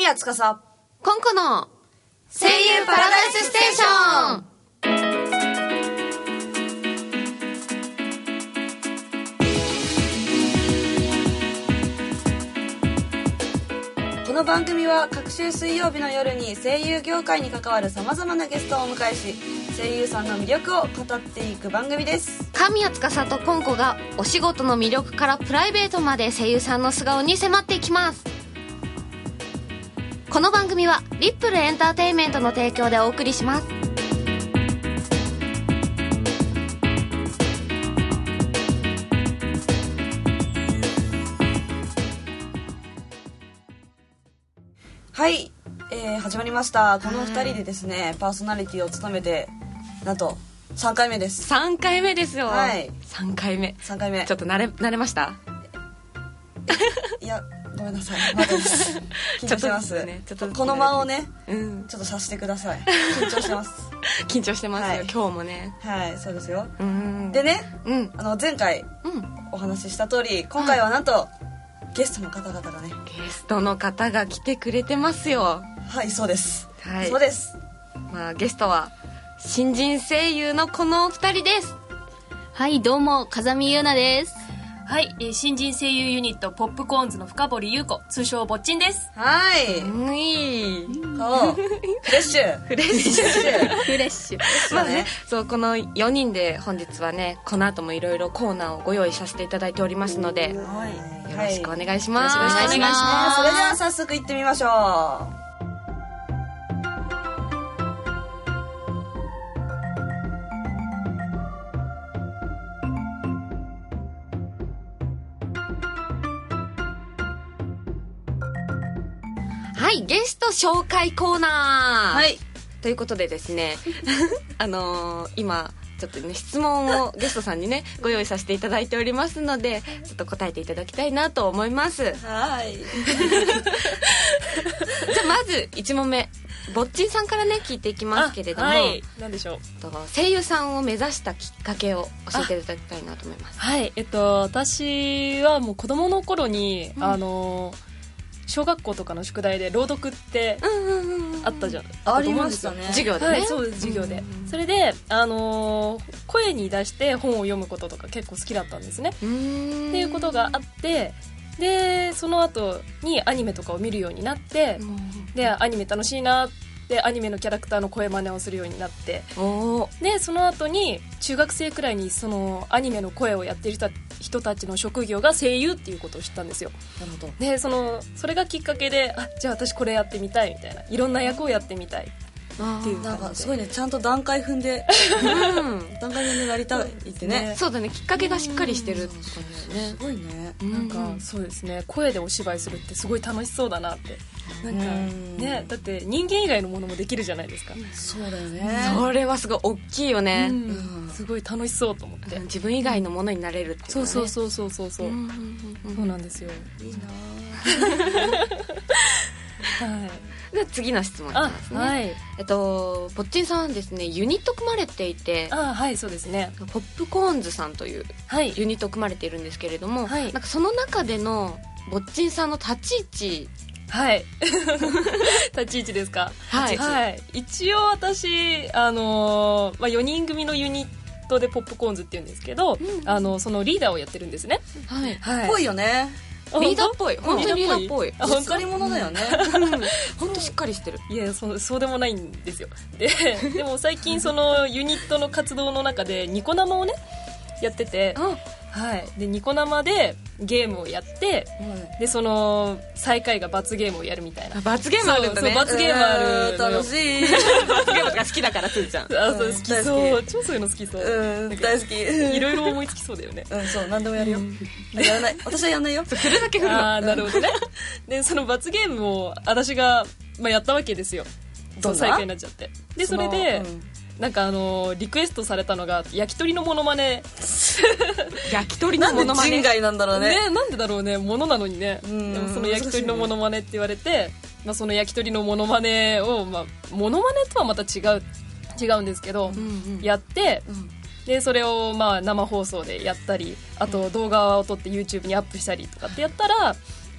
宮司コンコの声優パラダイスステーション。 この番組は各週水曜日の夜に声優業界に関わるさまざまなゲストをお迎えし、声優さんの魅力を語っていく番組です。 神谷司とコンコがお仕事の魅力からプライベートまで声優さんの素顔に迫っていきます。この番組はリップルエンターテインメントの提供でお送りします。 はい、始まりました。この2人でですね、パーソナリティを務めてなんと3回目です。 3回目ですよ。 はい、 3回目ちょっと慣れました？ いや、ごめんなさい、まだです緊張してます、ね、この間をね、ちょっとさせてください。緊張してます緊張してますよ、 はい、 今日もね。 はい、そうですよ。でね、前回お話しした通り、今回はなんと、ゲストの方々がね、 ゲストの方が来てくれてますよ。 はい、そうです、 はい、 そうです。 まあ、ゲストは新人声優のこのお二人です。 はい、どうも風見優奈です。 はい、新人声優ユニットポップコーンズの深堀優子、通称ぼっちんです。 はい、そうフレッシュフレッシュまあね、そう、この4人で本日はね、この後もいろいろコーナーをご用意させていただいておりますので、よろしくお願いします。 よろしくお願いします。それでは早速行ってみましょう。 はい、ゲスト紹介コーナー、 はい、 ということでですね今ちょっとね、質問をゲストさんにねご用意させていただいておりますので、ちょっと答えていただきたいなと思います。 はいじゃあまず1問目、ぼっちんさんからね聞いていきますけれども、 はい、何でしょう。 声優さんを目指したきっかけを教えていただきたいなと思います。 はい、私はもう子供の頃に、小学校とかの宿題で朗読ってあったじゃん、 ありましたね、 授業でね。 はい、そうです、授業で。それで、声に出して本を読むこととか結構好きだったんですね。っていうことがあって、でその後にアニメとかを見るようになって、でアニメ楽しいなってアニメのキャラクターの声真似をするようになって、でその後に中学生くらいにそのアニメの声をやっている人たちの職業が声優っていうことを知ったんですよ。 なるほど。 でそれがきっかけで、じゃあ私これやってみたいみたいな、いろんな役をやってみたいっていう感じで、 なんかすごいね、ちゃんと段階踏んで段階踏んでなりたいってね。 そうだね、きっかけがしっかりしてるって感じだよね。 すごいね。 なんかそうですね、声でお芝居するってすごい楽しそうだなって。なんかね、だって人間以外のものもできるじゃないですか。 そうだよね。 それはすごい大きいよね。 すごい楽しそうと思って、 自分以外のものになれるっていうかね。 そうそうなんですよ。 いいなはい。 で次の質問いきますね。 はい。 ぼっちんさんはですね、ユニット組まれていて、 はい、そうですね。 ポップコーンズさんというユニットを組まれているんですけれども、 はい、 なんかその中でのぼっちんさんの立ち位置、 はい立ち位置ですか。 はい、 はい、一応私4人組のユニットでポップコーンズっていうんですけど、そのリーダーをやってるんですね。 はい。ぽいよね。 リーダーっぽい。本当にリーダーっぽい。 しっかり者だよね。 本当しっかりしてる。 いや、そうでもないんですよ。でも最近そのユニットの活動の中でニコ生をねやってて、はい、でニコ生でゲームをやって、でその最下位が罰ゲームをやるみたいな。 罰ゲームあるんだね。 そう罰ゲームあるのよ。 楽しい。 罰ゲームが好きだから、つーちゃん。 そう、好きそう。超そういうの好きそう。 大好き。 いろいろ思いつきそうだよね。 そう、何でもやるよ。やらない。私はやんないよ。 振るだけ振るの。 なるほどね。でその罰ゲームを私がやったわけですよ。最下位になっちゃって。でそれでなんかリクエストされたのが焼き鳥のモノマネ。 焼き鳥のモノマネ。 人外なんだろうね。 なんでだろうね、ものなのにね。でもその焼き鳥のモノマネって言われて、その焼き鳥のモノマネを、モノマネとはまた違うんですけど、やって、でそれを生放送でやったり、あと動画を撮って YouTube にアップしたりとかってやったら、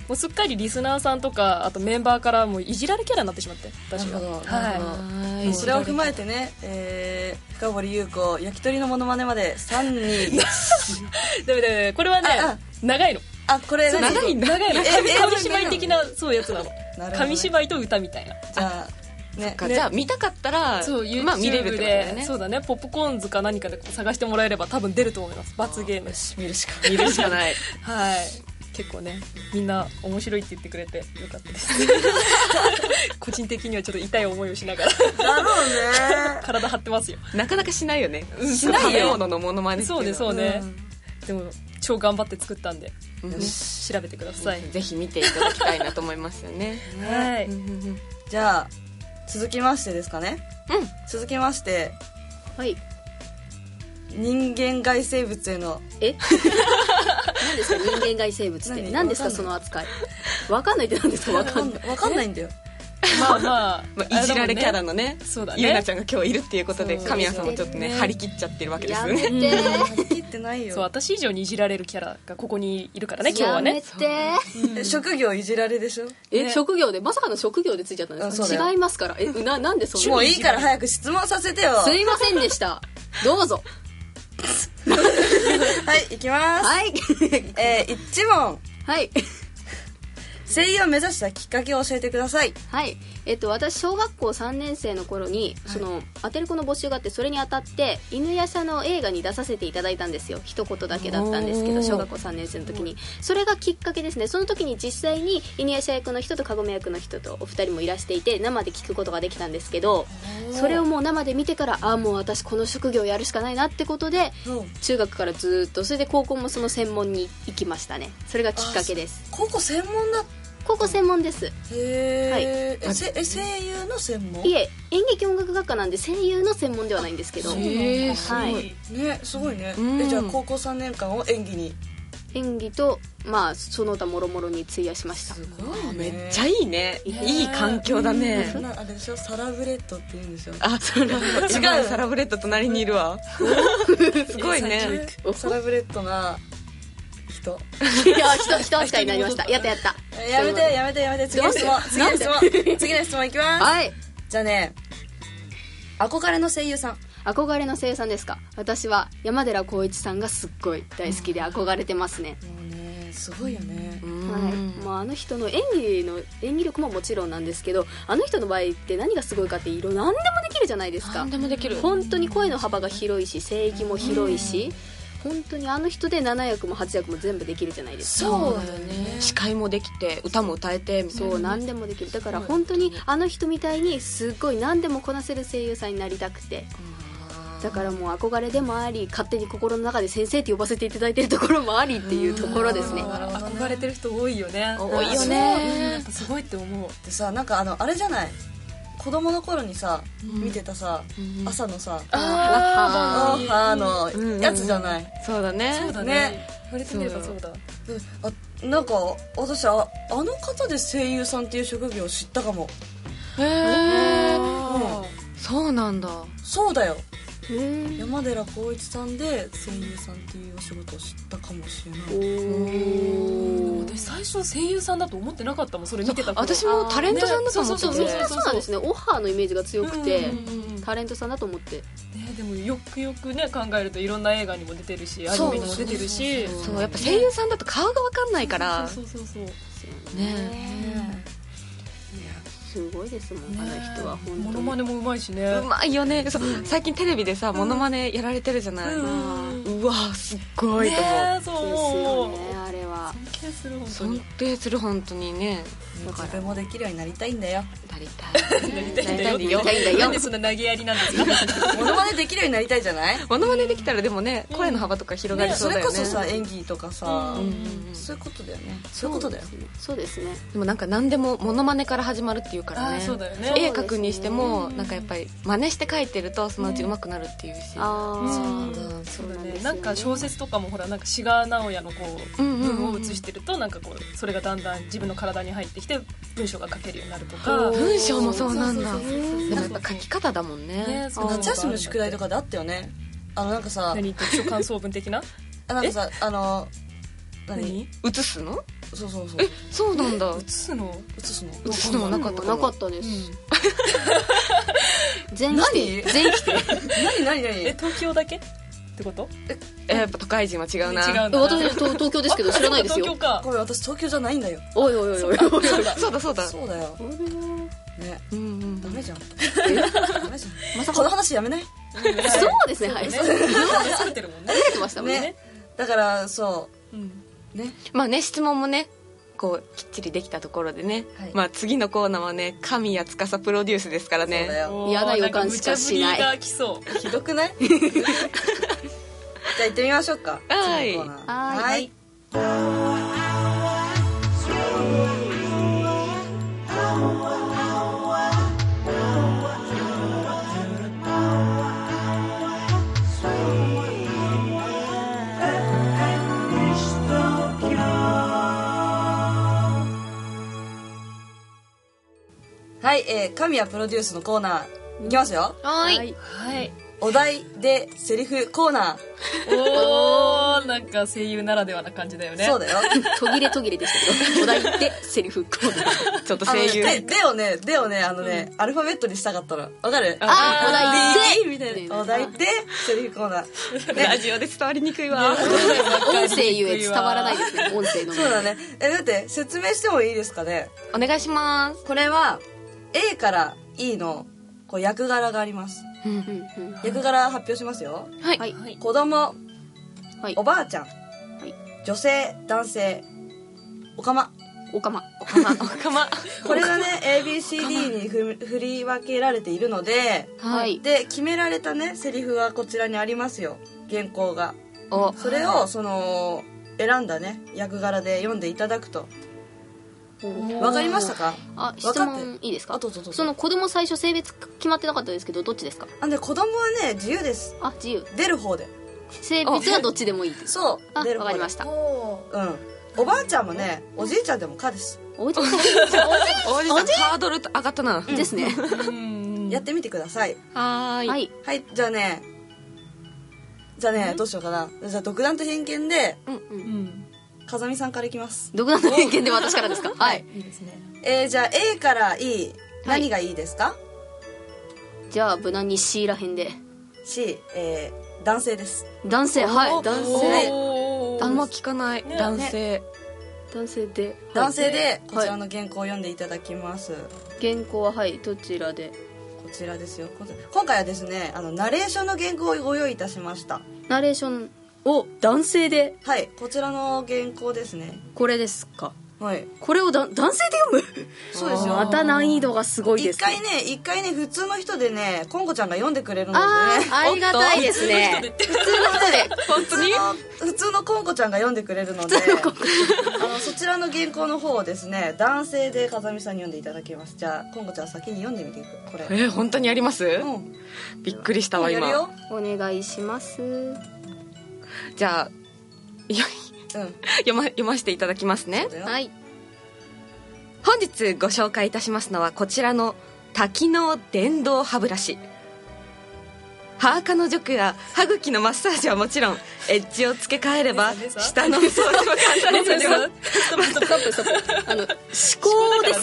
もうすっかりリスナーさんとかあとメンバーからもういじられキャラになってしまって私が。 はい、それを踏まえてね、深堀優子焼き鳥のモノマネまで3、2、1 ダメこれはね長いの。 これ長いの紙芝居的なそういうやつなの。 なるほどね紙芝居と歌みたいな。 じゃあね、 じゃあ見たかったらそうまあ見れるってことだよね。 そうだね、ポップコーンズか何かで探してもらえれば多分出ると思います。罰ゲーム見るしか見るしかないはい、結構ねみんな面白いって言ってくれてよかったです個人的にはちょっと痛い思いをしながらだろうね体張ってますよ。なかなかしないよね、 しないよ食べ物のモノマネっていうのは。 そうね、でも超頑張って作ったんで、調べてください。 ぜひ見ていただきたいなと思いますよねはい、 じゃあ続きましてですかね。続きましてはい。 人間外生物への何ですか人間外生物って何ですかその扱い。わかんないって何ですか。わかんないんだよ。 まあいじられキャラのね、 そうだね、 ゆうなちゃんが今日いるっていうことでそう神谷さんもちょっとね張り切っちゃってるわけですよね。 やめて張り切ってないよ。 そう、私以上にいじられるキャラがここにいるからね今日はね。 やめて。 職業いじられでしょ。 職業でまさかの職業でついちゃったんですか。違いますから。なんでそんな。 もういいから早く質問させてよ。 すいませんでした。どうぞ。 はい行きます。 はい 1問。 はい。 声優を目指したきっかけを教えてください。 はい。私小学校3年生の頃にそのアテレコの募集があって、それにあたって犬夜叉の映画に出させていただいたんですよ。一言だけだったんですけど、小学校3年生の時にそれがきっかけですね。その時に実際に犬夜叉役の人とかごめ役の人とお二人もいらしていて、生で聞くことができたんですけど、それをもう生で見てから、もう私この職業やるしかないなってことで、中学からずっと、それで高校もその専門に行きましたね。それがきっかけです。 高校専門だ。 高校専門です。 へー、はい、声優の専門？ いえ、演劇音楽学科なんで声優の専門ではないんですけど。 すごいね、すごいね。じゃあ高校3年間を演技とその他もろもろに費やしました。 すごいね。 めっちゃいいね。いい環境だね。 あれでしょ、サラブレッドって言うんでしょ。 違う、サラブレッド隣にいるわすごいね。 サラブレッドな人扱いになりました。やった。 やめて。次の質問いきます。はい。じゃあね、憧れの声優さんですか。私は山寺宏一さんがすっごい大好きで憧れてますね。 もうね、すごいよね。 はい。あの人の演技力ももちろんなんですけど、あの人の場合って何がすごいかって何でもできるじゃないですか。 何でもできる。 本当に声の幅が広いし、声域も広いし、本当にあの人で7役も8役も全部できるじゃないですか。 そうだよね。 司会もできて歌も歌えてみたいな。 そう、何でもできる。だから本当にあの人みたいにすっごい何でもこなせる声優さんになりたくて、だからもう憧れでもあり、勝手に心の中で先生って呼ばせていただいてるところもありっていうところですね。 憧れてる人多いよね。 多いよね。 やっぱすごいって思う。 でさ、なんかあれじゃない、子供の頃にさ、見てたさ、朝のさ、オッハーのやつじゃない。 そうだね。 そうだね。言われてみればそうだ。 なんか私あの方で声優さんっていう職業を知ったかも。 へえ。そうなんだ。 そうだよ。山寺宏一さんで声優さんっていうお仕事を知ったかもしれない。 でも私最初声優さんだと思ってなかったもん、それ見てた頃。 私もタレントさんだと思ってて。 そうなんですね。オファーのイメージが強くてタレントさんだと思って。 でもよくよくね考えるといろんな映画にも出てるし、アニメにも出てるし、 そうやっぱ声優さんだと顔が分かんないから。 そうね。すごいですもん、あの人は本当に。 モノマネもうまいしね。 うまいよね。最近テレビでさモノマネやられてるじゃない。うわすっごいと思う。 そうですよね、あれは尊敬する本当にね。 自分もできるようになりたいんだよ。 なりたいんだよ。 なんでそんな投げやりなんですか。 モノマネできるようになりたいじゃない。 モノマネできたらでもね、声の幅とか広がりそうだよね。 それこそさ演技とかさ、そういうことだよね。そういうことだよ。 そうですね。 でもなんか何でもモノマネから始まるっていうからね。 そうだよね。 絵描くにしてもなんかやっぱり真似して描いてるとそのうち上手くなるっていうし。 そうだね。なんか小説とかもほらなんか志賀直哉のこう文を写してるとなんかこうそれがだんだん自分の体に入ってきて文章が書けるようになるとか。 文章もそうなんだ。でもやっぱ書き方だもんね。 夏休みの宿題とかであったよね。なんかさ、 何読書感想文的な。 なんかさ何映すの？ そうそうそう。 え、そうなんだ。 映すの映すの映すのはなかったかなも。 かったです、全否定何全否定何東京だけってこと？ やっぱ都会人は違うな。 違うんだ。 私東京ですけど知らないですよ。 東京か。 ごめん、私東京じゃないんだよ。 おいおいおいおいそうだそうだ。 そうだよね。 うんうん。 ダメじゃん。ダメじゃん。 まさかこの話やめない？ そうですね、はいね、されてるもんね。 出てましたもんね。 ね。だからそうね。 まあね、質問もねこうきっちりできたところでね、 はい、 まあ次のコーナーはね神谷司プロデュースですからね。 そうだよ。 嫌な予感しかしない。 んか無茶ぶりが来そう。 ひどくない？じゃあ行ってみましょうか。 はい次のコーナー。 はい。 はい、神谷プロデュースのコーナーいきますよ。 はい。 はい。 お題でセリフコーナー。 おー、なんか声優ならではな感じだよね。 そうだよ。 途切れですけど、お題でセリフコーナー。 ちょっと声優でをねアルファベットにしたかったの。わかる？ お題でみたいな。お題でセリフコーナー。 ラジオで伝わりにくいわ。 音声ゆえ伝わらないですね、音声の。 そうだね。だって説明してもいいですかね。 お願いします。 これは A から E のこう役柄があります。役柄発表しますよ。 はい。 はい。 子供、 はい。 おばあちゃん、 はい。 女性、男性、おかま。 おかま。 これがね ABCD に振り分けられているので、 はい。 で決められたねセリフがこちらにありますよ。原稿が。 お、 それをその選んだね役柄で読んでいただくと。わかりましたか？ あ、質問いいですか？ どうぞ。 その子供最初性別決まってなかったですけど、どっちですか？ 子供はね自由です。 あ、自由。 出る方で。 性別はどっちでもいいです。 そう。 あ、 出る方で。 わかりました。 うん。おばあちゃんもねおじいちゃんでもかです。 おじいちゃんおじさんハードル上がったな。 ですね。 やってみてください。 はーい。 はい。 はいじゃあねどうしようかな。じゃあ独断と偏見で風見さんからいきます。 独断と偏見で私からですか？はい。 いいですね。 じゃあ A から E 何がいいですか？ じゃあ無難に C らへんで。 C 男性です。 男性、はい。男性。 あんま聞かない男性。 男性で。 男性でこちらの原稿を読んでいただきます。 原稿ははいどちらで？ こちらですよ。今回はですねナレーションの原稿をご用意いたしました。 ナレーションを男性で。 はい、こちらの原稿ですね。 これですか？ はい。 これを男性で読む？ そうですよ。 また難易度がすごいですね。 一回ね普通の人でねコンコちゃんが読んでくれるのでね。 ありがたいですね。普通の人で。 本当に？ 普通のコンコちゃんが読んでくれるのでそちらの原稿の方をですね男性で風見さんに読んでいただきます。じゃあコンコちゃん先に読んでみていく。これ本当にやります？びっくりしたわ今。 やるよ。 お願いします。 じゃあ読ませていただきますね。 はい。 本日ご紹介いたしますのはこちらの多機能電動歯ブラシ。歯科の除去や歯茎のマッサージはもちろんエッジを付け替えれば下のお掃除も簡単にできます。 ストップ。思考です。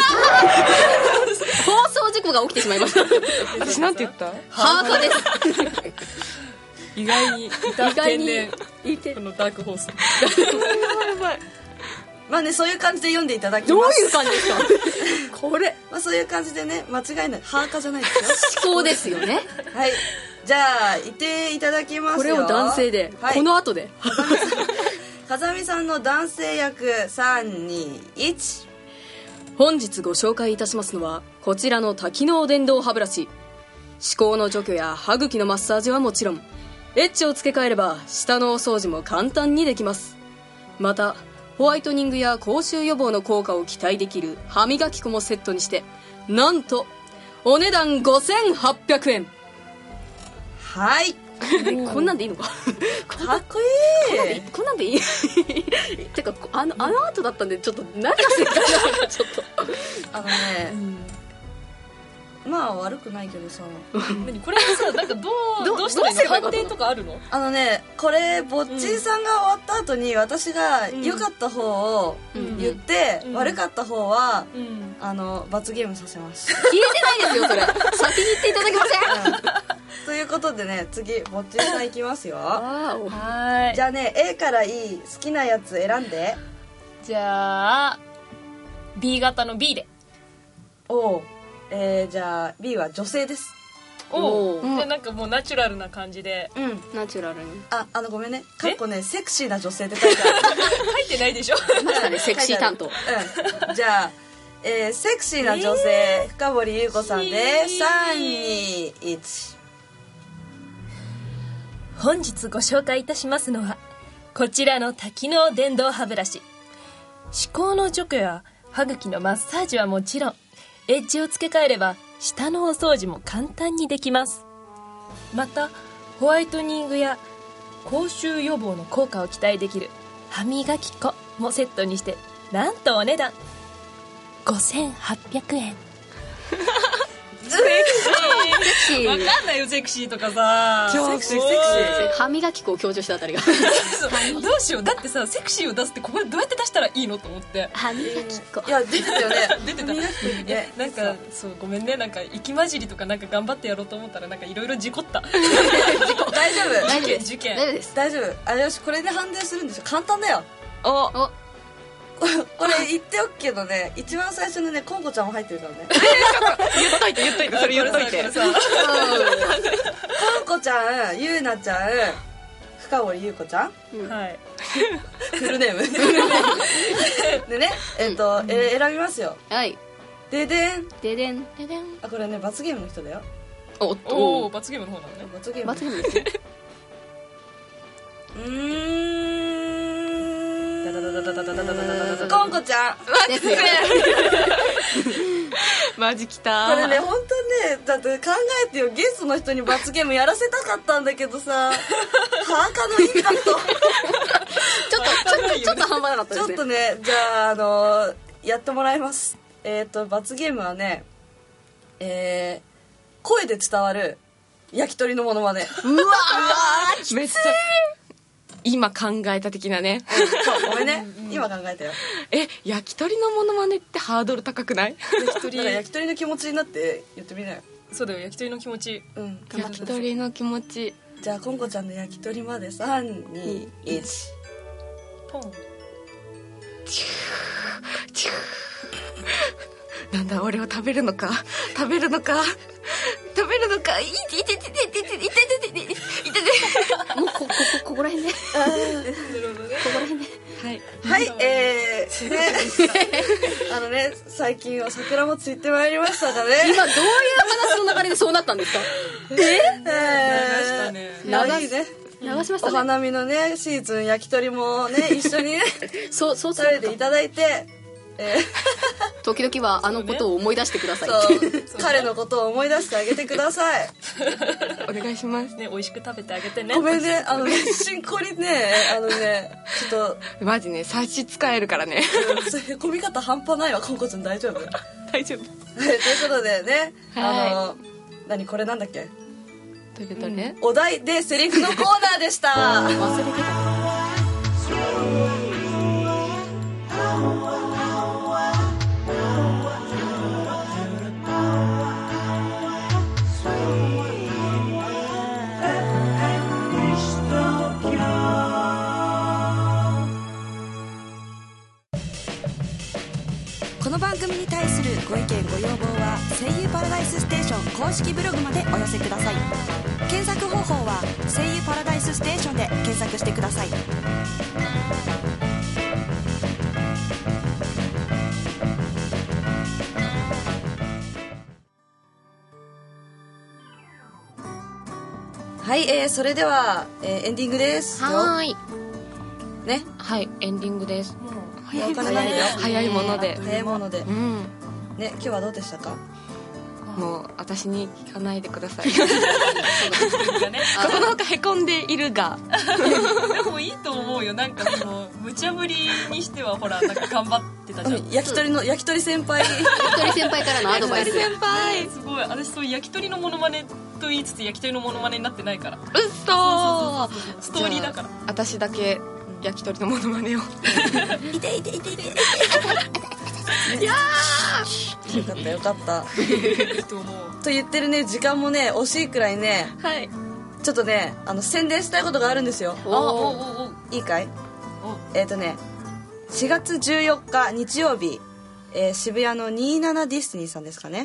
放送事故が起きてしまいました。 私なんて言った？ 歯科です。 意外にいてこのダークホース。 やばい。 まあねそういう感じで読んでいただきます。 どういう感じですか？これそういう感じでね間違いない。歯科じゃないです思考ですよね。 はい。じゃあ言っていただきますよ。 これを男性で、 はい、 この後で風見さんの男性役321。 本日ご紹介いたしますのはこちらの多機能電動歯ブラシ。歯垢の除去や歯茎のマッサージはもちろんエッジを付け替えれば下のお掃除も簡単にできます。またホワイトニングや口臭予防の効果を期待できる歯磨き粉もセットにしてなんとお値段5800円。 はい。 こんなんでいいのか？ かっこいい。 こんなんでいい？てかあの後だったんでちょっと何が正解なのかちょっとまあ悪くないけどさ何これさなんかどうしたらいいの？判定とかあるの？ これぼっちーさんが終わった後に私が良かった方を言って、悪かった方は、罰ゲームさせます。 消えてないですよそれ。先に言っていただけません？ ということでね、次ぼっちーさんいきますよ。 はい。 じゃあね、 A から E 好きなやつ選んで。 じゃあ B 型の B で。 おう、じゃあ B は女性です。 おお。でなんかもうナチュラルな感じで。 ナチュラルに。 ごめんね、かっこね、セクシーな女性って書いてある。 書いてないでしょ。 ましたね、セクシー担当。 じゃあ、セクシーな女性、深堀優子さんで3、2、1。 本日ご紹介いたしますのはこちらの多機能電動歯ブラシ。歯垢の除去や歯茎のマッサージはもちろん、エッジを付け替えれば舌のお掃除も簡単にできます。またホワイトニングや口臭予防の効果を期待できる歯磨き粉もセットにして、なんとお値段5800円。セクシー。わかんないよセクシーとかさ。 セクシー。 歯磨き粉を強調したあたりが。 どうしよう。だってさ、セクシーを出すってこれどうやって出したらいいのと思って。 歯磨き粉。 いや出てたよね。 出てた。なんかそうごめんね、なんか息混じりとかなんか頑張ってやろうと思ったらなんかいろいろ事故った。 大丈夫。 受験。 大丈夫です。 大丈夫。よし、これで判定するんでしょ。簡単だよ。 お。 これ言っておくけどね、一番最初のね、コンコちゃんも入ってるからね。 言っといてそれ言っといて。 コンコちゃん、ゆうなちゃん、深堀優子ちゃん、 はい。 フルネームでね、選びますよ。 はい。 ででん。これね、罰ゲームの人だよ。 おお、罰ゲームの方なのね。 罰ゲーム。 罰ゲームですね。 コンコちゃんですよ。 マジきた。 これね、本当ね、だって考えてよ、ゲストの人に罰ゲームやらせたかったんだけどさ、ハーカのインパクトちょっと半端なかったですね。 ちょっとね、じゃあやってもらいます。罰ゲームはね、声で伝わる焼き鳥のモノマネ。 うわー、めっちゃ今考えた的なね。 そう、ごめんね、今考えたよ。 焼き鳥のモノマネってハードル高くない？ 焼き鳥の気持ちになって言ってみなよ。 そうだよ、焼き鳥の気持ち。 焼き鳥の気持ち。 じゃあコンコちゃんの焼き鳥まで3、2、1。 ポン。 なんだ、俺を食べるのかいもうここら辺で。 はい、最近は桜もついてまいりましたがね。 今どういう話の流れでそうなったんですか？ 流したね。 いいね。 流しましたね。 お花見のねシーズン、焼き鳥もね一緒にねそう食べていただいて、 時々はあのことを思い出してください。 彼のことを思い出してあげてください。 お願いしますね、美味しく食べてあげてね。 ごめんね、進行にね、ちょっとマジね、差し支えるからね。 へこみ方半端ないわ。コンコちゃん大丈夫？ 大丈夫。 ということでね、何これなんだっけ？ どれ？ お題でセリフのコーナーでした。 忘れてた。 この番組に対するご意見ご要望は声優パラダイスステーション公式ブログまでお寄せください。検索方法は声優パラダイスステーションで検索してください。はい、それでは、エンディングですよ。 はい。 ね。 はい、エンディングです。 早いもので。 早いもので。 うん。 ね、今日はどうでしたか？ もう私に聞かないでくださいがねここのほかへこんでいるがでもいいと思うよ。なんかその無茶ぶりにしてはほらなんか頑張ってたじゃん。 焼き鳥先輩焼き鳥先輩からのアドバイス。 先輩すごい。私そう焼き鳥のモノマネと言いつつ焼き鳥のモノマネになってないから。 うっそストーリーだから。 私だけ焼き鳥のモノマネをいていやーよかったいいと思う。 と言ってるね時間もね惜しいくらいね、 はいちょっとね宣伝したいことがあるんですよ。 おいいかい？4月14日日曜日、渋谷の27ディスニーさんですかね。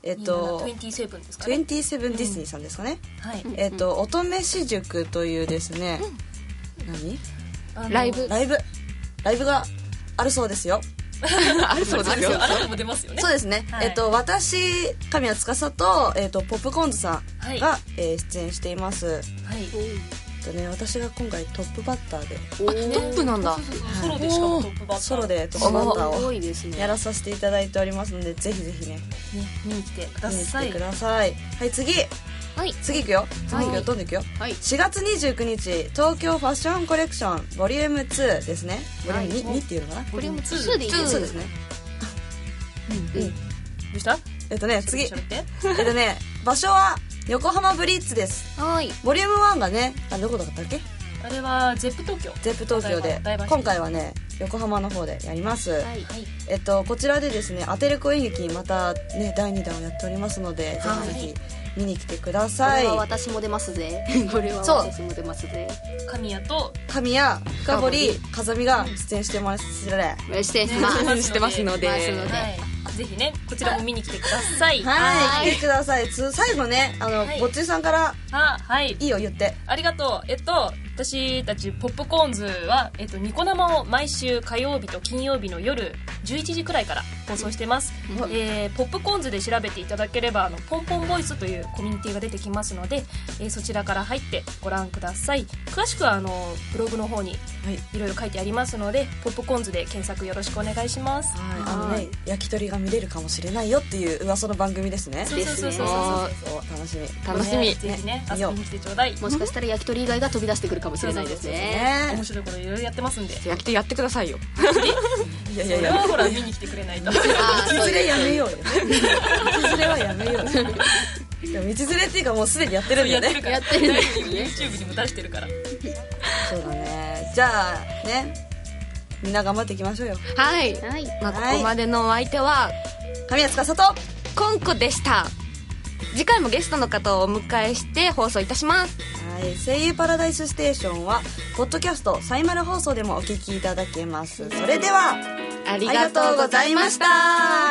27ですかね。 27ディスニーさんですかね。 はい。 乙女私塾というですね、 ライブがあるそうですよ。 あるそうですよ。 あなたも出ますよね。 そうですね、 はい私神谷司と、ポップコーンズさんが、出演しています。 はい。 私が今回トップバッターでトップなんだ。 ソロでしかもトップバッター。 ソロでトップバッタすごーいですね。 をやらさせていただいておりますので、ぜひぜひね見に来てくだ見に来さい。 てください。はい、次いくよ。どんどんいくよ。 はい。 4月29日東京ファッションコレクションボリューム2ですね。ボリューム 2っていうのかな。 これも2でいいですそうですね。 どうした？ 次喋って。 場所は横浜ブリッツです。 はい。 ボリューム1がねどこだったっけ？ あれはゼップ東京。 ゼップ東京で台場今回はね横浜の方でやります。 はい。 はい。 こちらでですねアテレコ演劇またね第2弾をやっておりますので、 はいぜひぜひ見に来てくだこさい。 れは私も出ますぜ。これはそう私も出ますぜ。 神谷と神谷深堀風見が出演してます。 してます。 してますのでますのではい。ぜひねこちらも見に来てください。 はい、来てください。最後ねいぼっちーさんからはい。 いいよ言って。 ありがとう。私たちポップコーンズは、ニコ生を毎週火曜日と金曜日の夜11時くらいから放送してます。ポップコーンズで調べていただければポンポンボイスというコミュニティが出てきますので、そちらから入ってご覧ください。詳しくはブログの方にいろいろ書いてありますので、ポップコーンズで検索よろしくお願いします。 焼き鳥が見れるかもしれないよっていう噂の番組ですね。 そうですねそう楽しみ。 ぜひね遊びに来てちょうだい。 もしかしたら焼き鳥以外が飛び出してくるかもしれないですね。 ね面白いこといろいろやってますんで。 焼き鳥やってくださいよ。 いやそれはほら見に来てくれないと。 あー道連れやめようよ。道連れはやめようよ。いや道連れっていうかもうすでにやってるんだよね。 やってるんですね。 YouTube にも出してるから。 そうだね。じゃあねみんな頑張っていきましょうよ。 はい、 はい。 ここまでのお相手は神谷司とコンコでした。次回もゲストの方をお迎えして放送いたします。 声優パラダイスステーションはポッドキャストサイマル放送でもお聞きいただけます。それではありありがとうございました。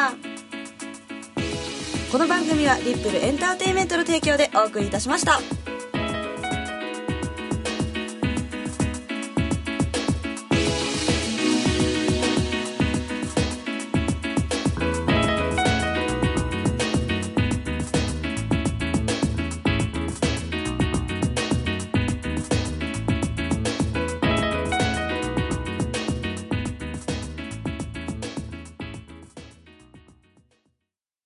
この番組はリップルエンターテインメントの提供でお送りいたしました。